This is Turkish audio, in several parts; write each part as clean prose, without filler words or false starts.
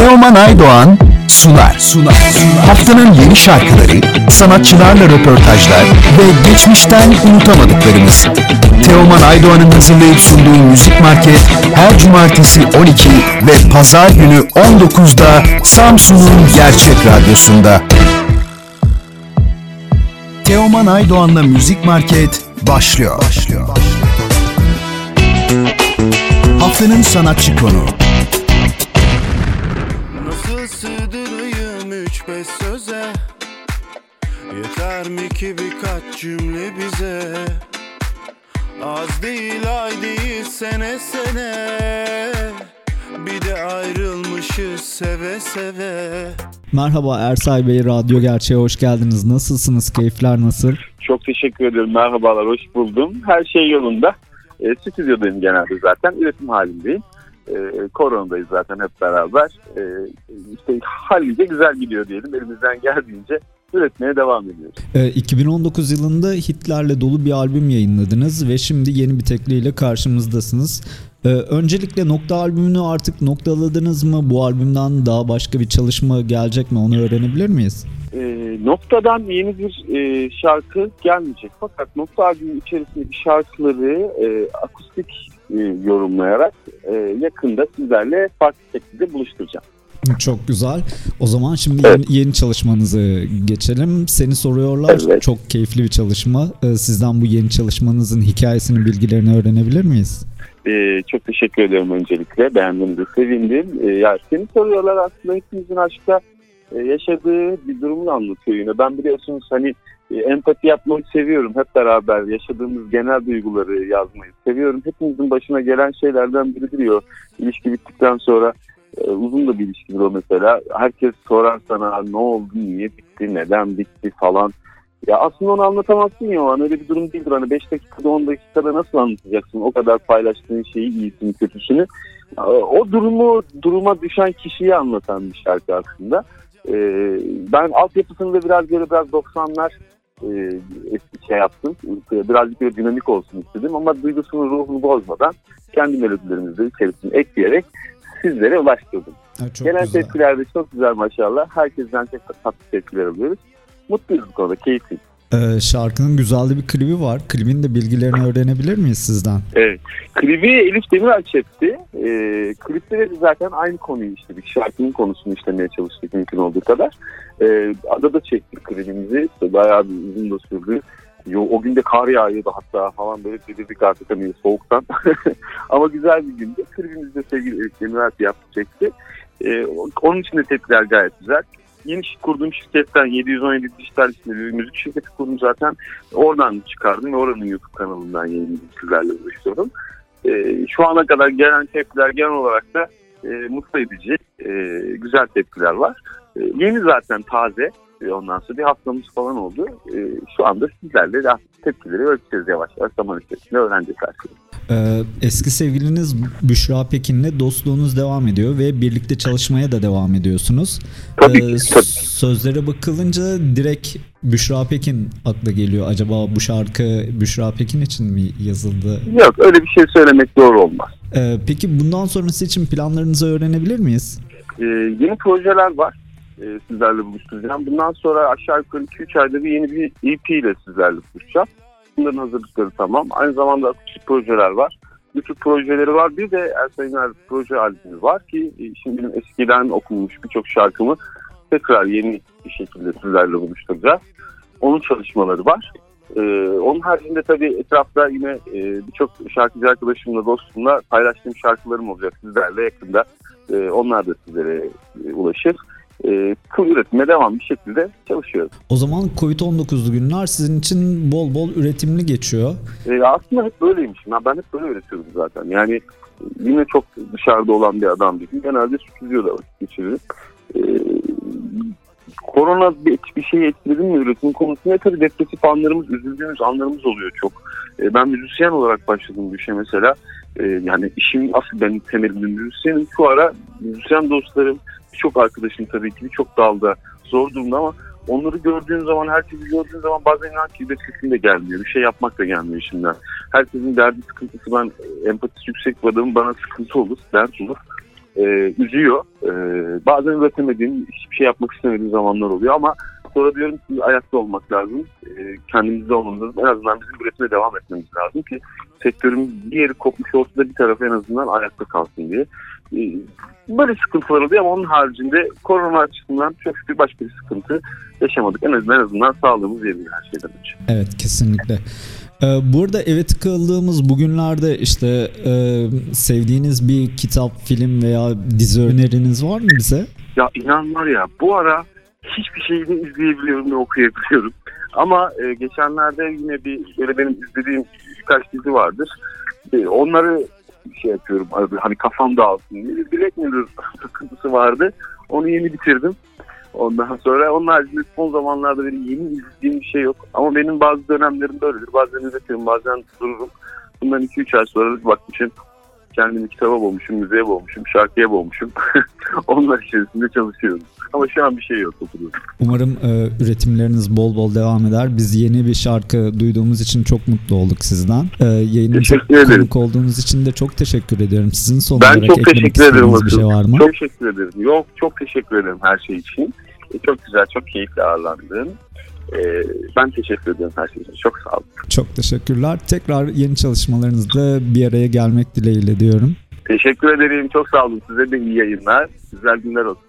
Teoman Aydoğan sunar. Haftanın yeni şarkıları, sanatçılarla röportajlar ve geçmişten unutamadıklarımız. Teoman Aydoğan'ın hazırlayıp sunduğu Müzik Market her cumartesi 12 ve pazar günü 19'da Samsun'un Gerçek Radyosu'nda. Teoman Aydoğan'la Müzik Market başlıyor. Haftanın sanatçı konuğu. Nasıl sığdırayım 3-5 söze? Yeter mi ki birkaç cümle bize? Az değil ay değil sene bir de ayrılmışız seve seve. Merhaba Ersay Bey, Radyo Gerçeğe hoş geldiniz. Nasılsınız? Keyifler nasıl? Çok teşekkür ederim. Merhabalar, hoş buldum. Her şey yolunda. Stüdyodayım genelde zaten. Üretim halindeyim. Koronadayız zaten hep beraber. İşte hallice güzel gidiyor diyelim. Elimizden geldiğince üretmeye devam ediyoruz. 2019 yılında hitlerle dolu bir albüm yayınladınız ve şimdi yeni bir tekliyle karşımızdasınız. Öncelikle Nokta albümünü artık noktaladınız mı? Bu albümden daha başka bir çalışma gelecek mi? Onu öğrenebilir miyiz? Nokta'dan yeni bir şarkı gelmeyecek. Fakat Nokta albümünün içerisindeki şarkıları akustik yorumlayarak yakında sizlerle farklı şekilde buluşturacağım. Çok güzel. O zaman şimdi evet. yeni çalışmanızı geçelim. Seni soruyorlar. Evet. Çok keyifli bir çalışma. Sizden bu yeni çalışmanızın hikayesini, bilgilerini öğrenebilir miyiz? Çok teşekkür ederim öncelikle. Beğendiğinize sevindim. Ya seni soruyorlar aslında hepimizin aşkta yaşadığı bir durumunu anlatıyor yine. Ben biliyorsunuz hani empati yapmayı seviyorum. Hep beraber yaşadığımız genel duyguları yazmayı seviyorum. Hepimizin başına gelen şeylerden biri diyor. İlişki bittikten sonra uzun da bir ilişkidir o mesela. Herkes sorar sana ne oldu, niye bitti, neden bitti falan. Ya aslında onu anlatamazsın ya o an. Öyle bir durum değildir. Hani 5 dakikada 10 dakikada nasıl anlatacaksın? O kadar paylaştığın şeyi, iyisini, kötüsünü. O duruma düşen kişiyi anlatan bir şarkı aslında. Ben altyapısını da biraz 90'lar şey yaptım. Birazcık böyle dinamik olsun istedim ama duygusunu, ruhunu bozmadan kendi melodilerimizi içerisine ekleyerek sizlere ulaştırdım. Gelen tepkiler de çok güzel maşallah. Herkesten çok tatlı tepkiler alıyoruz. Mutluyuz bu konuda, keyifliyiz. Şarkının güzel de bir klibi var. Klibin de bilgilerini öğrenebilir miyiz sizden? Evet. Klibi Elif Demirel çekti. Klipte de zaten aynı konuyu işledik. Şarkının konusunu işlemeye çalıştık mümkün olduğu kadar. Adada çektik klibimizi. Bayağı bir uzun da sürdü. O gün de kar yağıyordu hatta falan böyle delirdik artık hani soğuktan. Ama güzel bir gündü. Klibimizi de sevgili Elif Demirel yaptı, çekti. Onun için de tepkiler gayet güzel. Yeni kurduğum şirketten 717 Dijital isimli bir müzik şirketi kurdum zaten. Oradan çıkardım ve oranın YouTube kanalından yayınladım, sizlerle buluşturdum. Şu ana kadar gelen tepkiler genel olarak da mutlu edici, güzel tepkiler var. Yeni zaten taze, ondan sonra bir haftamız falan oldu. Şu anda sizlerle tepkileri ölçeceğiz yavaş yavaş, zaman içerisinde öğreneceğiz her şeyi. Eski sevgiliniz Büşra Pekin'le dostluğunuz devam ediyor ve birlikte çalışmaya da devam ediyorsunuz. Tabii. Sözlere bakılınca direkt Büşra Pekin akla geliyor. Acaba bu şarkı Büşra Pekin için mi yazıldı? Yok, öyle bir şey söylemek doğru olmaz. Peki bundan sonrası için planlarınızı öğrenebilir miyiz? Yeni projeler var. Sizlerle buluşturacağım. Bundan sonra aşağı yukarı 2-3 ayda yeni bir EP ile sizlerle buluşacağım. Bunların hazırlıkları tamam. Aynı zamanda akustik projeler var. YouTube projeleri var. Bir de Ersay'ın proje albümü var ki şimdi benim eskiden okunmuş birçok şarkımı tekrar yeni bir şekilde sizlerle buluşturacağız. Onun çalışmaları var. Onun haricinde tabii etrafta yine birçok şarkıcı arkadaşımla, dostumla paylaştığım şarkılarım olacak sizlerle yakında. Onlar da sizlere ulaşır. Üretime devam bir şekilde çalışıyoruz. O zaman Covid-19'lu günler sizin için bol bol üretimli geçiyor. Aslında hep böyleymişim. Ben hep böyle üretiyorum zaten. Yani yine çok dışarıda olan bir adam değilim. Genelde stüdyoda vakit geçiririm. Korona bir şey etkiledi mi üretim konusunda? Tabii depresif anlarımız, üzüldüğümüz anlarımız oluyor çok. Ben müzisyen olarak başladım bu işe mesela. Yani işim asıl benim temelimde müzisyenim. Şu ara müzisyen dostlarım, birçok arkadaşım tabii ki birçok dalda zor durumda ama onları gördüğün zaman, herkesi gördüğün zaman bazen inan ki sesim de gelmiyor. Bir şey yapmak da gelmiyor işimden. Herkesin derdi, sıkıntısı, ben empatisi yüksek bir adamım, bana sıkıntı olur, dert olur. üzüyor. Bazen üretemediğim, hiçbir şey yapmak istemediğim zamanlar oluyor ama sonra diyorum ki ayakta olmak lazım. Kendimizde olmamız lazım. En azından bizim üretime devam etmemiz lazım ki sektörün bir yeri kopmuş olsa da bir tarafı en azından ayakta kalsın diye. Böyle sıkıntılar oluyor ama onun haricinde korona açısından çok şükür başka bir sıkıntı yaşamadık. En azından sağlığımız yerinde her şeyden önce. Evet, kesinlikle. Burada eve tıkıldığımız bugünlerde işte sevdiğiniz bir kitap, film veya dizi öneriniz var mı bize? Ya inan var ya, bu ara hiçbir şeyi ne izleyebiliyorum ne okuyabiliyorum. Ama geçenlerde yine böyle benim izlediğim birkaç dizi vardır. Onları şey yapıyorum, hani kafam dağılsın diye. Black Mirror sıkıntısı vardı. Onu yeni bitirdim. Ondan sonra onun haricinde son zamanlarda benim yeni izlediğim bir şey yok. Ama benim bazı dönemlerim böyledir. Bazen izletiyorum, bazen dururum. Bundan 2-3 ay sonra bir bakmışım. Kendimi kitaba boğmuşum, müziğe boğmuşum, şarkıya boğmuşum. Onlar içerisinde çalışıyorum. Ama şu an bir şey yok. Oturuyorum. Umarım üretimleriniz bol bol devam eder. Biz yeni bir şarkı duyduğumuz için çok mutlu olduk sizden. Yayınımıza konuk olduğunuz için de çok teşekkür ediyorum. Sizin son olarak çok eklemek teşekkür ederim. istediğiniz bir şey var mı? Çok teşekkür ederim. Yok, çok teşekkür ederim her şey için. Çok güzel, çok keyifli ağırlandım. Ben teşekkür ederim her şey için. Çok sağ olun. Çok teşekkürler. Tekrar yeni çalışmalarınızda bir araya gelmek dileğiyle diyorum. Teşekkür ederim. Çok sağ olun. Size de iyi yayınlar. Güzel günler olsun.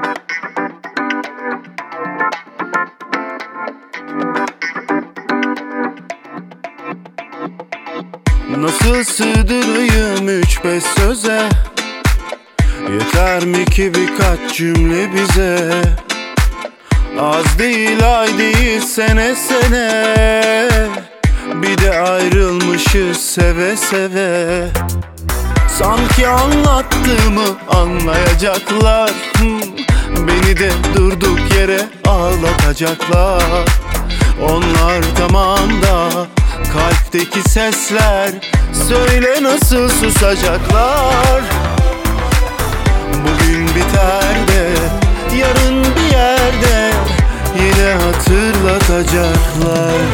Nasıl sığdırayım 3-5 söze? Yeter mi ki birkaç cümle bize? Az değil, ay değil, sene sene. Bir de ayrılmışız seve seve. Sanki anlattığımı anlayacaklar. Beni de durduk yere ağlatacaklar. Onlar tamam da kalpteki sesler, söyle nasıl susacaklar? Bugün biter de yarın bir yerde yine hatırlatacaklar.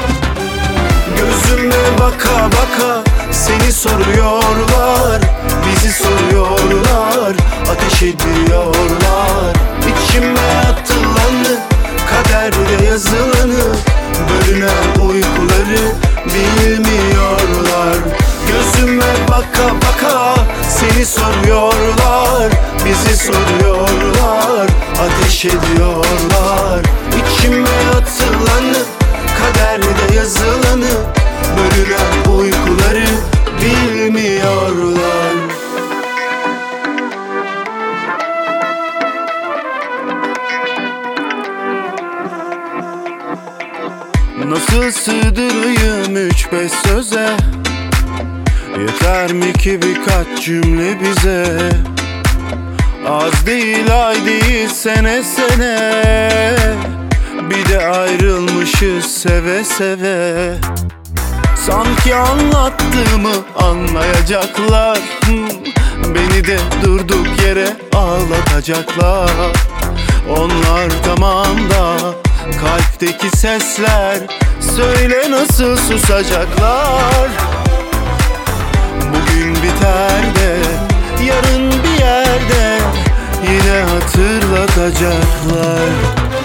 Gözüme baka baka seni soruyorlar, bizi soruyorlar, ateş ediyorlar. İçime atılanı, kaderde yazılanı, bölünen uykuları bilmiyorlar. Gözüme baka baka seni soruyorlar, bizi soruyorlar, ateş ediyorlar. İçime atılanı, kaderde yazılanı, bölünen uykuları bilmiyorlar. Nasıl sığdırayım 3-5 söze? Yeter mi ki birkaç cümle bize? Az değil, ay değil, sene sene. Bir de ayrılmışız seve seve. Sanki anlattığımı anlayacaklar. Beni de durduk yere ağlatacaklar. Onlar tamam da kalpteki sesler, söyle nasıl susacaklar? Bugün biter de yarın bir yerde yine hatırlatacaklar.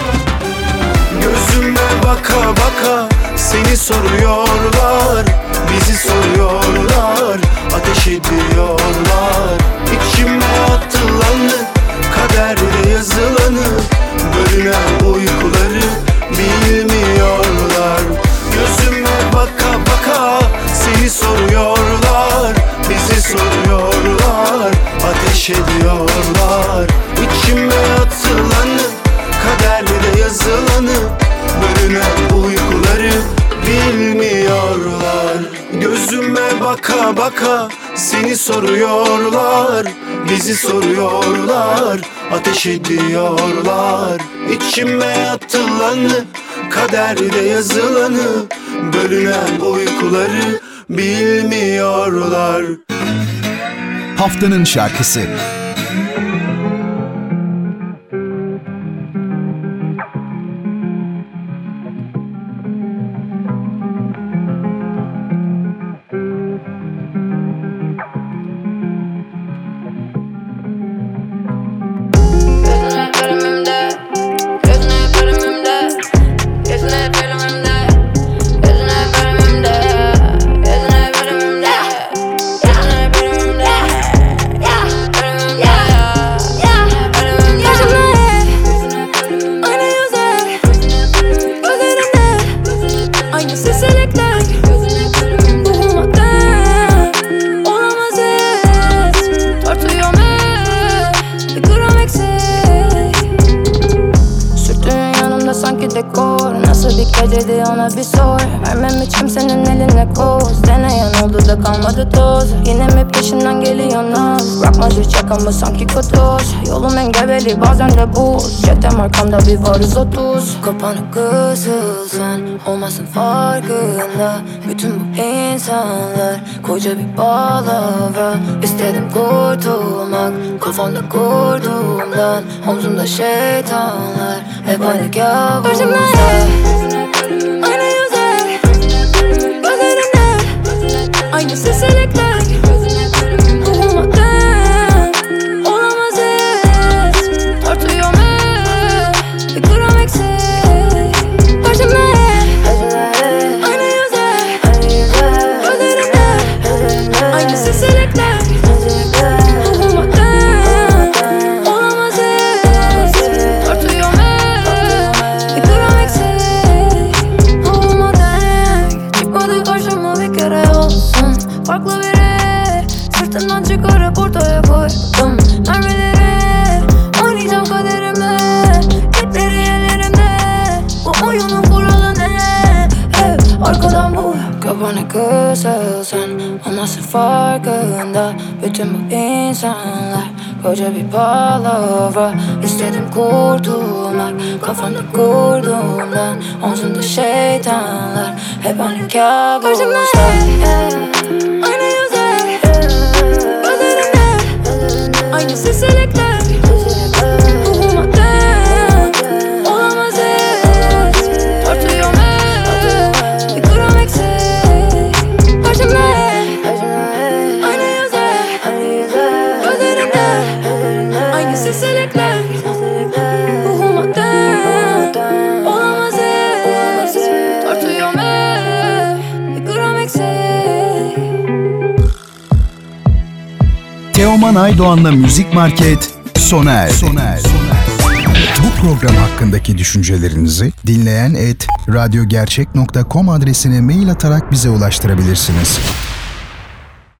Gözüme baka baka seni soruyorlar, bizi soruyorlar, ateş ediyorlar. İçime atılanı, kaderde yazılanı, bölünen uykuları bilmiyorlar. Gözüme baka baka seni soruyorlar, bizi soruyorlar, ateş ediyorlar. İçime atılanı, kaderde yazılanı, bölünen uykuları bilmiyorlar. Gözüme baka baka seni soruyorlar, bizi soruyorlar, ateş ediyorlar. İçime atılanı, kaderde yazılanı, bölünen uykuları bilmiyorlar. Haftanın şarkısı. geceydi ona bir sor. Vermem hiç kimsenin eline koz. Deneyen oldu da kalmadı toz. Yine mi peşimden geliyor naz? Bırakmaz hiç yakamı sanki kutuş. Yolum engebeli bazen de buz. Çetem arkamda bir varız 30. Kapanık kızılsan olmasın farkında. Bütün bu insanlar koca bir palavra. İstedim kurtulmak kafamda kurduğumdan. Omzumda şeytanlar hep aynı kabuslar. Aynı yüzler, gözlerimde aynı seselikler. Ruhumadan olamaz hiç. Tartıyor bir gram eksik. Karşımda aynı yüzler, gözlerimde aynı seselikler. Ruhumadan olamaz hiç. Tartıyor bir gram eksik. Olmadan çıkmadı karşıma bir kere olsun. Farklı biri sırtından çıkarıp ortaya koydum mermileri. Oynayacağım kaderimle, ipleri ellerimde. Bu oyunun kuralı ne? Hep arkadan bu. Kafanı kısılsan olmasın farkında. Bütün bu insanlar koca bir palavra. İstedim kurtulmak kafamda kurduğumdan. Omzumda şeytanlar hep aynı kabuslar. Aynı yüzler, gözlerimde aynı seselikler. Ruhumadan olamaz hiç. Tartıyor bir gram eksik. Karşımda aynı yüzler, gözlerimde aynı seselikler. Ruhumadan olamaz hiç. Tartıyor bir gram eksik. Teoman Aydoğan'la Müzik Market sona erdi. Bu program hakkındaki düşüncelerinizi dinleyen @radyogercek.com adresine mail atarak bize ulaştırabilirsiniz.